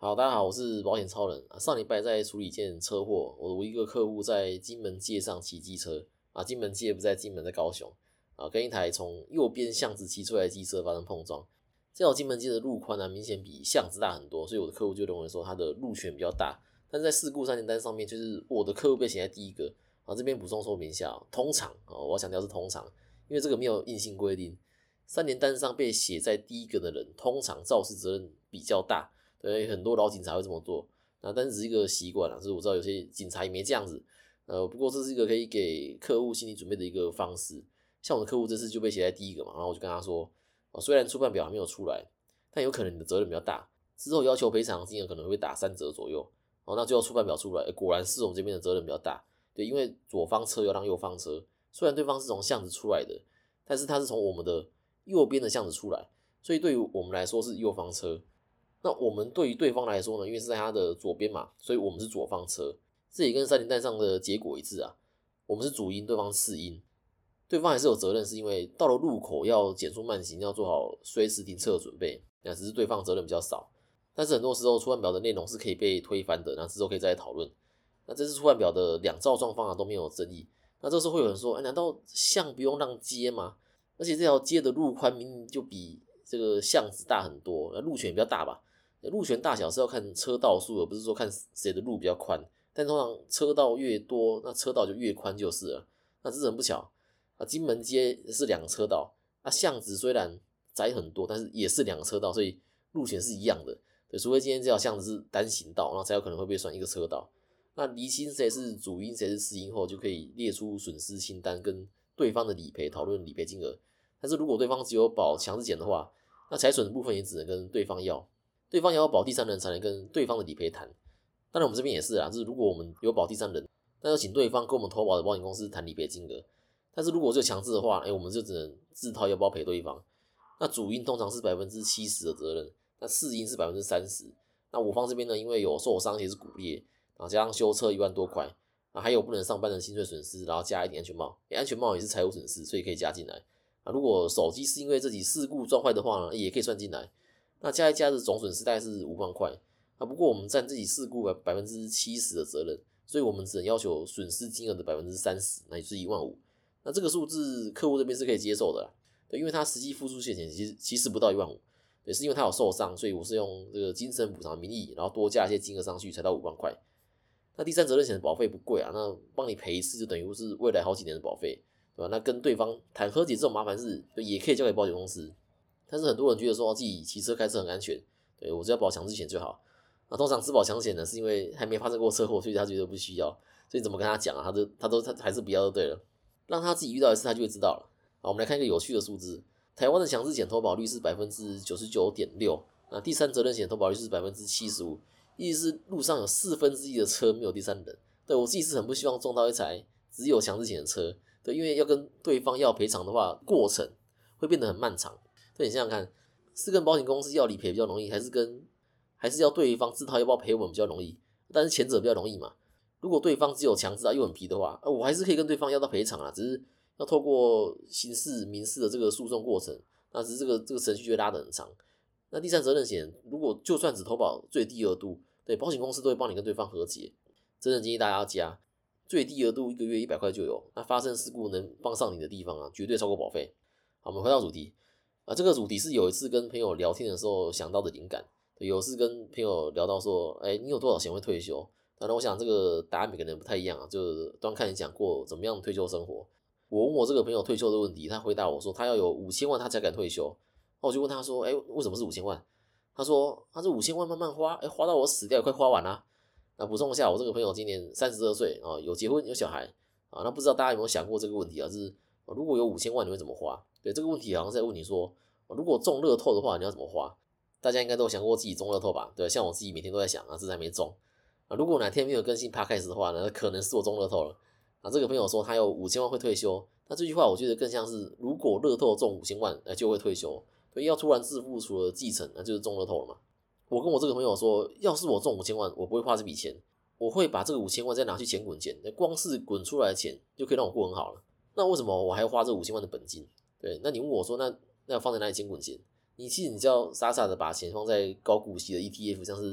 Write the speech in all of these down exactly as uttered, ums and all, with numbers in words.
好，大家好，我是保险超人啊。上礼拜在处理一件车祸，我一个客户在金门街上骑机车啊，金门街不在金门，在高雄啊，跟一台从右边巷子骑出来的机车发生碰撞。这条金门街的路宽呢、啊，明显比巷子大很多，所以我的客户就认为说他的路权比较大。但是在事故三联单上面，就是我的客户被写在第一个啊。这边补充说明一下、哦，通常啊，我要强调是通常，因为这个没有硬性规定，三联单上被写在第一个的人，通常肇事责任比较大。对，很多老警察会这么做，那但是只是一个习惯啦，就是我知道有些警察也没这样子，呃，不过这是一个可以给客户心理准备的一个方式。像我的客户这次就被写在第一个嘛，然后我就跟他说，哦，虽然初判表还没有出来，但有可能你的责任比较大，之后要求赔偿金额可能会打三折左右。哦，那最后初判表出来，果然是我们这边的责任比较大，对，因为左方车要让右方车，虽然对方是从巷子出来的，但是他是从我们的右边的巷子出来，所以对于我们来说是右方车。那我们对于对方来说呢，因为是在他的左边嘛，所以我们是左方车，这也跟三联单上的结果一致啊。我们是主因，对方是次因，对方还是有责任，是因为到了路口要减速慢行，要做好随时停车的准备。那只是对方责任比较少，但是很多时候初判表的内容是可以被推翻的，那之后可以再来讨论。那这次初判表的两造状方啊都没有争议，那这时候会有人说，哎，难道巷不用让街吗？而且这条街的路宽明明就比这个巷子大很多，那路权也比较大吧？路权大小是要看车道数，而不是说看谁的路比较宽。但通常车道越多，那车道就越宽就是了。那这是很不巧啊，金门街是两个车道，那巷子虽然窄很多，但是也是两个车道，所以路权是一样的。对，除非今天这条巷子是单行道，然后才有可能会被算一个车道。那厘清谁是主因谁是次因后，就可以列出损失清单，跟对方的理赔讨论理赔金额。但是如果对方只有保强制险的话，那财损的部分也只能跟对方要。对方也要保第三人才能跟对方的理赔谈。当然我们这边也是啊，就是如果我们有保第三人，那要请对方跟我们投保的保险公司谈理赔金额。但是如果这个强制的话，哎，我们就只能自掏腰包赔对方。那主因通常是 百分之七十 的责任，那次因是 百分之三十。那我方这边呢，因为有受伤也是骨裂，然后加上修车一万多块，啊，还有不能上班的薪水损失，然后加一点安全帽，安全帽也是财务损失，所以可以加进来。啊，如果手机是因为自己事故撞坏的话呢，也可以算进来。那加一加的总损失大概是五万块啊，不过我们占自己事故百分之七十的责任，所以我们只能要求损失金额的百分之三十，那也就是一万五。那这个数字客户这边是可以接受的啦，对，因为他实际付出险钱其实其实不到一万五，对，是因为他有受伤，所以我是用这个精神补偿名义，然后多加一些金额上去才到五万块。那第三责任险的保费不贵啊，那帮你赔一次就等于是未来好几年的保费，对吧？那跟对方谈和解这种麻烦事，也可以交给保险公司。但是很多人觉得说自己骑车开车很安全，对，我只要保强制险就好。那通常只保强制险呢，是因为还没发生过车祸，所以他觉得不需要。所以怎么跟他讲啊，他都他都他还是不要就对了，让他自己遇到一次他就会知道了。好，我们来看一个有趣的数字，台湾的强制险投保率是 百分之九十九点六， 那第三责任险投保率是 百分之七十五， 意思是路上有四分之一的车没有第三人。对，我自己是很不希望撞到一台只有强制险的车，对，因为要跟对方要赔偿的话，过程会变得很漫长。对，你想想看，是跟保险公司要理赔比较容易，还是跟还是要对方自掏腰包赔我们比较容易？但是前者比较容易嘛。如果对方只有强制啊又很皮的话，我还是可以跟对方要到赔偿啊，只是要透过刑事、民事的这个诉讼过程，那只是这个这个程序就会拉得很长。那第三责任险，如果就算只投保最低额度，对，保险公司都会帮你跟对方和解。真的建议大家要加最低额度，一个月一百块就有。那发生事故能帮上你的地方啊，绝对超过保费。好，我们回到主题。啊，这个主题是有一次跟朋友聊天的时候想到的灵感。有一次跟朋友聊到说，哎，你有多少钱会退休？当然，我想这个答案每个人不太一样啊，就端看你讲过怎么样退休生活。我问我这个朋友退休的问题，他回答我说他要有五千万他才敢退休。那我就问他说，哎，为什么是五千万？他说他是五千万慢慢花，哎，花到我死掉也快花完啦。那补充一下，我这个朋友今年三十二岁啊，有结婚有小孩啊。那不知道大家有没有想过这个问题啊？就是如果有五千万，你会怎么花？对，这个问题好像是在问你说，如果中乐透的话，你要怎么花？大家应该都有想过自己中乐透吧？对，像我自己每天都在想啊，这还没中啊。如果哪天没有更新 Podcast 的话呢，可能是我中乐透了啊。这个朋友说他有五千万会退休，那这句话我觉得更像是，如果乐透中五千万，那就会退休。对，要突然致富，除了继承，那就是中乐透了嘛。我跟我这个朋友说，要是我中五千万，我不会花这笔钱，我会把这个五千万再拿去钱滚钱，光是滚出来的钱就可以让我过很好了。那为什么我还要花这五千万的本金？对，那你问我说，那那要放在哪里钱滚钱？你其实你只要傻傻的把钱放在高股息的 E T F， 像是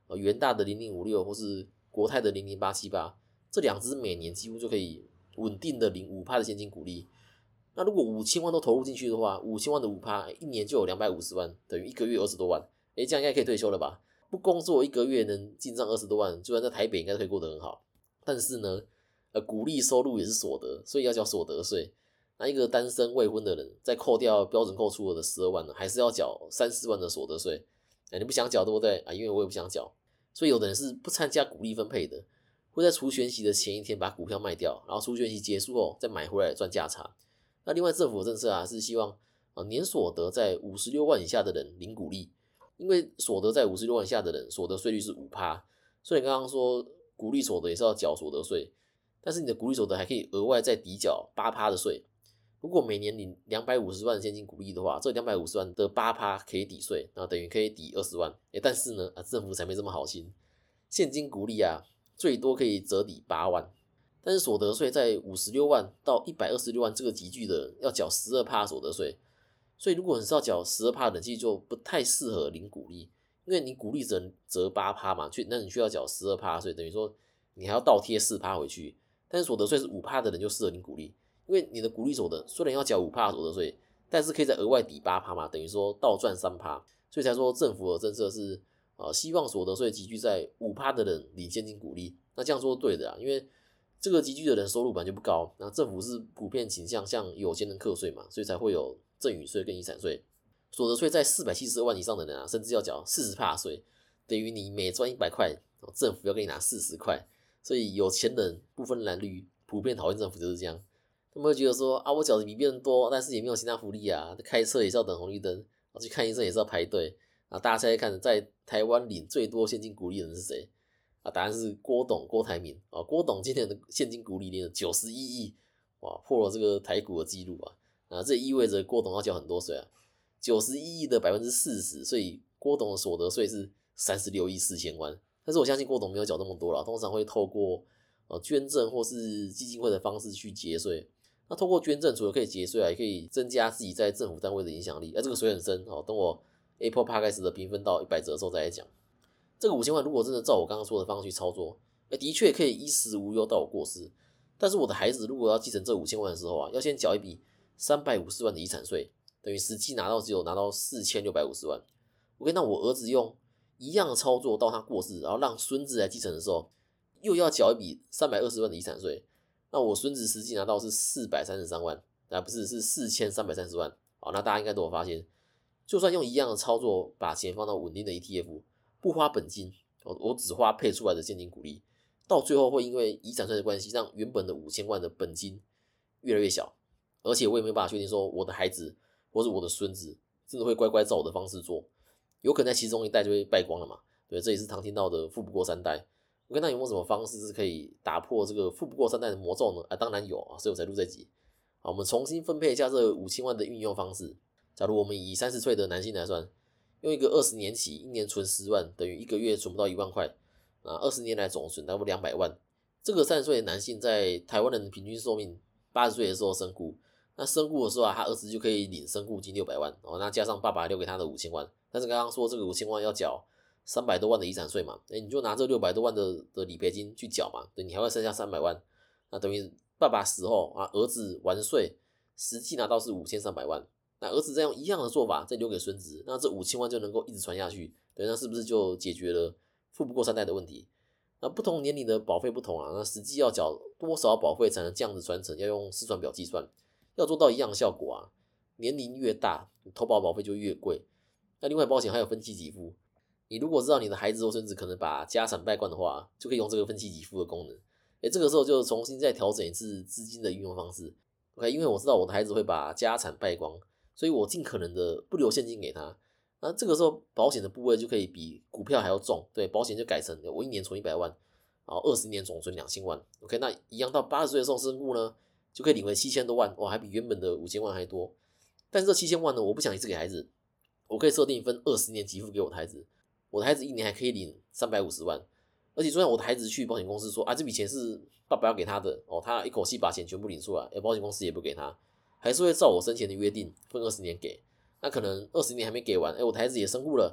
呃元大的零零五六或是国泰的零零八七八，这两支每年几乎就可以稳定的领 百分之五 的现金股利。那如果五千万都投入进去的话，五千万的 百分之五， 一年就有两百五十万，等于一个月二十多万。诶，这样应该可以退休了吧？不工作一个月能进账二十多万，就算在台北应该可以过得很好。但是呢，呃，股利收入也是所得，所以要缴所得税。那一个单身未婚的人，再扣掉标准扣除额的十二万呢，还是要缴三四万的所得税。哎，你不想缴对不对啊？因为我也不想缴，所以有的人是不参加股利分配的，会在除权息的前一天把股票卖掉，然后除权息结束后再买回来赚价差。那另外政府的政策啊，是希望啊年所得在五十六万以下的人领股利。因为所得在五十六万以下的人，所得税率是 百分之五， 所以你刚刚说股利所得也是要缴所得税，但是你的股利所得还可以额外再抵缴 百分之八 的税。如果每年领两百五十万现金股利的话，这两百五十万的 百分之八 可以抵税，那等于可以抵二十万。诶，但是呢，啊，政府才没这么好心，现金股利啊，最多可以折抵八万，但是所得税在五十六万到一百二十六万这个级距的人要缴 百分之十二 所得税。所以如果你是要缴 百分之十二 的，其实就不太适合领股利，因为你股利只能折 百分之八 嘛，那你需要缴 百分之十二， 所以等于说你还要倒贴 百分之四 回去。但是所得税是 百分之五 的人就适合领股利，因为你的股利所得虽然要缴 百分之五 所得税，但是可以再额外抵 百分之八 嘛，等于说倒赚 百分之三， 所以才说政府的政策是呃希望所得税集聚在 百分之五 的人领现金股利。那这样说对的啊，因为这个集聚的人收入本来就不高，那政府是普遍倾向向有钱人课税嘛，所以才会有赠与税跟遗产税。所得税在四百七十二万以上的人啊，甚至要缴 百分之四十 的税，等于你每赚一百块，政府要给你拿四十块。所以有钱人不分蓝绿，普遍讨厌政府就是这样。他们会觉得说啊，我缴的比别人多，但是也没有其他福利啊，开车也是要等红绿灯，去看医生也是要排队啊。大家猜猜看，在台湾领最多现金股利的人是谁？啊，答案是郭董郭台铭啊。郭董今年的现金股利领了九十一亿，哇，破了这个台股的记录啊。啊，这也意味着郭董要缴很多税啊，九十一亿的 百分之四十， 所以郭董的所得税是三十六亿四千万。但是我相信郭董没有缴这么多啦，通常会透过呃捐赠或是基金会的方式去节税。那透过捐赠除了可以节税啊，也可以增加自己在政府单位的影响力。啊，这个水很深哦，等我 Apple Podcast 的评分到一百折的时候再来讲。这个五千万如果真的照我刚刚说的方式去操作，欸，的确可以衣食无忧到我过世。但是我的孩子如果要继承这五千万的时候啊，要先缴一笔三百五十万的遗产税，等于实际拿到只有拿到四千六百五十万。OK， 那我儿子用一样的操作到他过世，然后让孙子来继承的时候，又要缴一笔三百二十万的遗产税。那我孙子实际拿到是四百三十三万，啊不是，是四千三百三十万。好，那大家应该都有发现，就算用一样的操作把钱放到稳定的 E T F， 不花本金，我只花配出来的现金股利，到最后会因为遗产税的关系，让原本的五千万的本金越来越小，而且我也没有办法确定说我的孩子或是我的孙子真的会乖乖照我的方式做，有可能在其中一代就会败光了嘛。对，这也是常听到的富不过三代。我跟他有没有什么方式是可以打破这个富不过三代的魔咒呢？啊，当然有啊，所以我才录这集。好，我们重新分配一下这五千万的运用方式。假如我们以三十岁的男性来算，用一个二十年期，一年存十万，等于一个月存不到一万块，啊，二十年来总存大概两百万。这个三十岁的男性在台湾人的平均寿命八十岁的时候身故，那身故的时候啊，他儿子就可以领身故金六百万，哦，那加上爸爸留给他的五千万，但是刚刚说这个五千万要缴三百多万的遗产税嘛，欸，你就拿这六百多万的的理赔金去缴嘛，对，你还会剩下三百万，那等于爸爸死后啊，儿子完税，实际拿到是五千三百万，那儿子再用一样的做法再留给孙子，那这五千万就能够一直传下去，对，那是不是就解决了富不过三代的问题？那不同年龄的保费不同啊，那实际要缴多少保费才能这样子传承？要用试算表计算，要做到一样的效果啊，年龄越大，投保保费就越贵。那另外保险还有分期给付，你如果知道你的孩子或孙子可能把家产败光的话，就可以用这个分期给付的功能。诶，这个时候就重新再调整一次资金的运用方式。OK， 因为我知道我的孩子会把家产败光，所以我尽可能的不留现金给他。那这个时候保险的部位就可以比股票还要重，对，保险就改成我一年存一百万，然后二十年总存两千万。OK， 那一样到八十岁的时候身故呢，就可以领回七千多万，哇，还比原本的五千万还多。但是这七千万呢，我不想一次给孩子，我可以设定分二十年给付给我的孩子，我的孩子一年还可以领三百五十万。而且就算我的孩子去保险公司说啊，这笔钱是爸爸要给他的哦，他一口气把钱全部领出来，保险公司也不给他，还是会照我生前的约定分二十年给。那可能二十年还没给完，哎，我的孩子也身故了，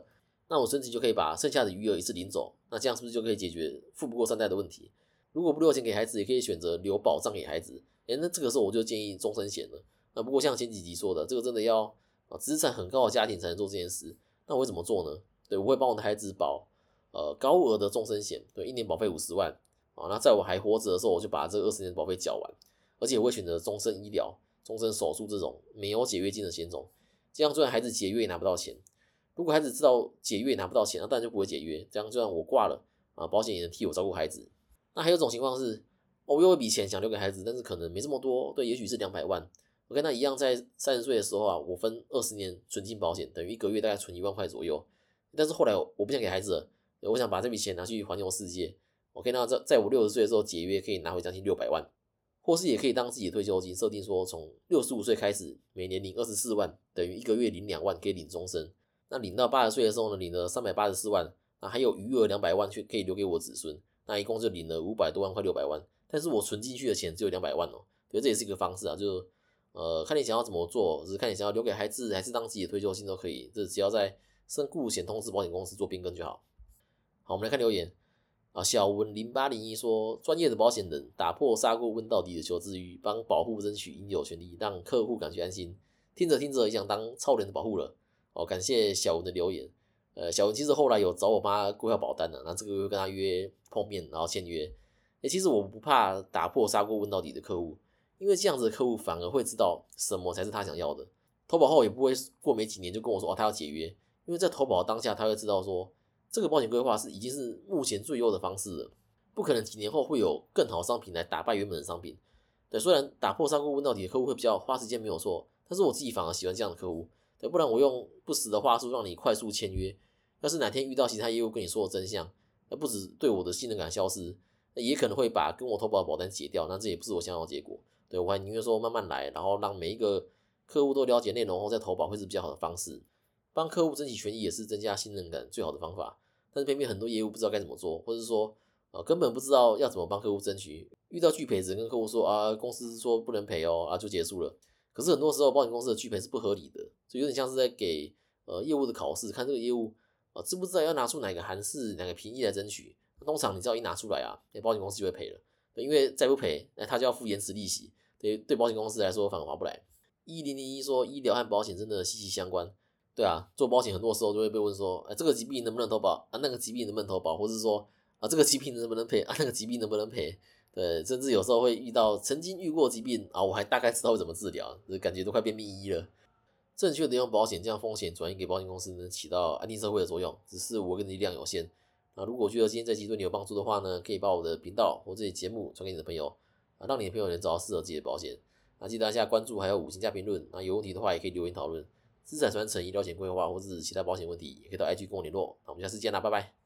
那我孙子就可以把剩下的余额一次领走，那这样是不是就可以解决富不过三代的问题？如果不留钱给孩子，也可以选择留保障给孩子。诶，那这个时候我就建议终身险了。那不过像前几集说的，这个真的要资产很高的家庭才能做这件事。那我会怎么做呢？对，我会帮我的孩子保呃高额的终身险，对，一年保费五十万啊。那在我还活着的时候，我就把这二十年的保费缴完，而且我会选择终身医疗、终身手术这种没有解约金的险种。这样就算孩子解约也拿不到钱。如果孩子知道解约也拿不到钱，那当然就不会解约。这样就算我挂了啊，保险也能替我照顾孩子。那还有一种情况是，哦，我有一笔钱想留给孩子，但是可能没这么多，对，也许是两百万。我跟他一样，在三十岁的时候啊，我分二十年存进保险，等于一个月大概存一万块左右。但是后来我不想给孩子了，我想把这笔钱拿去环游世界。OK，那在在我六十岁的时候解约，可以拿回将近六百万，或是也可以当自己的退休金，设定说从六十五岁开始，每年领二十四万，等于一个月领两万，可以领终身。那领到八十岁的时候呢，领了三百八十四万，那还有余额两百万去可以留给我子孙，那一共就领了五百多万，快六百万。但是我存进去的钱只有两百万哦，对，这也是一个方式啊，就呃看你想要怎么做，只是看你想要留给孩子还是当自己的退休金都可以，这只要在身故险通知保险公司做变更就好。好，我们来看留言啊，小文零八零一说，专业的保险人打破砂锅问到底的求知欲，帮保护争取应有权利，让客户感觉安心。听着听着也想当超人的保护了。哦，感谢小文的留言。呃，小文其实后来有找我妈规划保单的，那这个月跟他约碰面，然后签约。欸，其实我不怕打破砂锅问到底的客户，因为这样子的客户反而会知道什么才是他想要的。投保后也不会过没几年就跟我说哦他要解约，因为在投保当下他会知道说这个保险规划是已经是目前最优的方式了，不可能几年后会有更好的商品来打败原本的商品。对，虽然打破砂锅问到底的客户会比较花时间没有错，但是我自己反而喜欢这样的客户。对，不然我用不实的话术让你快速签约，要是哪天遇到其他业务跟你说的真相，那不止对我的信任感消失，也可能会把跟我投保的保单解掉，那这也不是我想要的结果。对，我还宁愿说慢慢来，然后让每一个客户都了解内容后再投保会是比较好的方式。帮客户争取权益也是增加信任感最好的方法，但是偏偏很多业务不知道该怎么做，或者是说呃根本不知道要怎么帮客户争取，遇到拒赔只能跟客户说啊公司说不能赔哦啊就结束了。可是很多时候保险公司的拒赔是不合理的，所以有点像是在给呃业务的考试，看这个业务呃知不知道要拿出哪个函式哪个评议来争取。通常你只要一拿出来啊，保险公司就会赔了，对，因为再不赔，那他就要付延迟利息，对，对保险公司来说反而划不来。一零零一说医疗和保险真的息息相关，对啊，做保险很多时候就会被问说，哎，这个疾病能不能投保啊？那个疾病能不能投保？或是说啊，这个疾病能不能赔啊？那个疾病能不能赔？对，甚至有时候会遇到曾经遇过疾病啊，我还大概知道会怎么治疗，感觉都快变名医了。正确的用保险将风险转移给保险公司能起到安定社会的作用，只是我跟你力量有限。那如果觉得今天这期对你有帮助的话呢，可以把我的频道或这期节目传给你的朋友啊，让你的朋友能找到适合自己的保险。那记得按下关注，还有五星加评论。那有问题的话也可以留言讨论。资产传承、医疗险规划或是其他保险问题，也可以到 I G 跟我联络。那我们下次见啦，拜拜。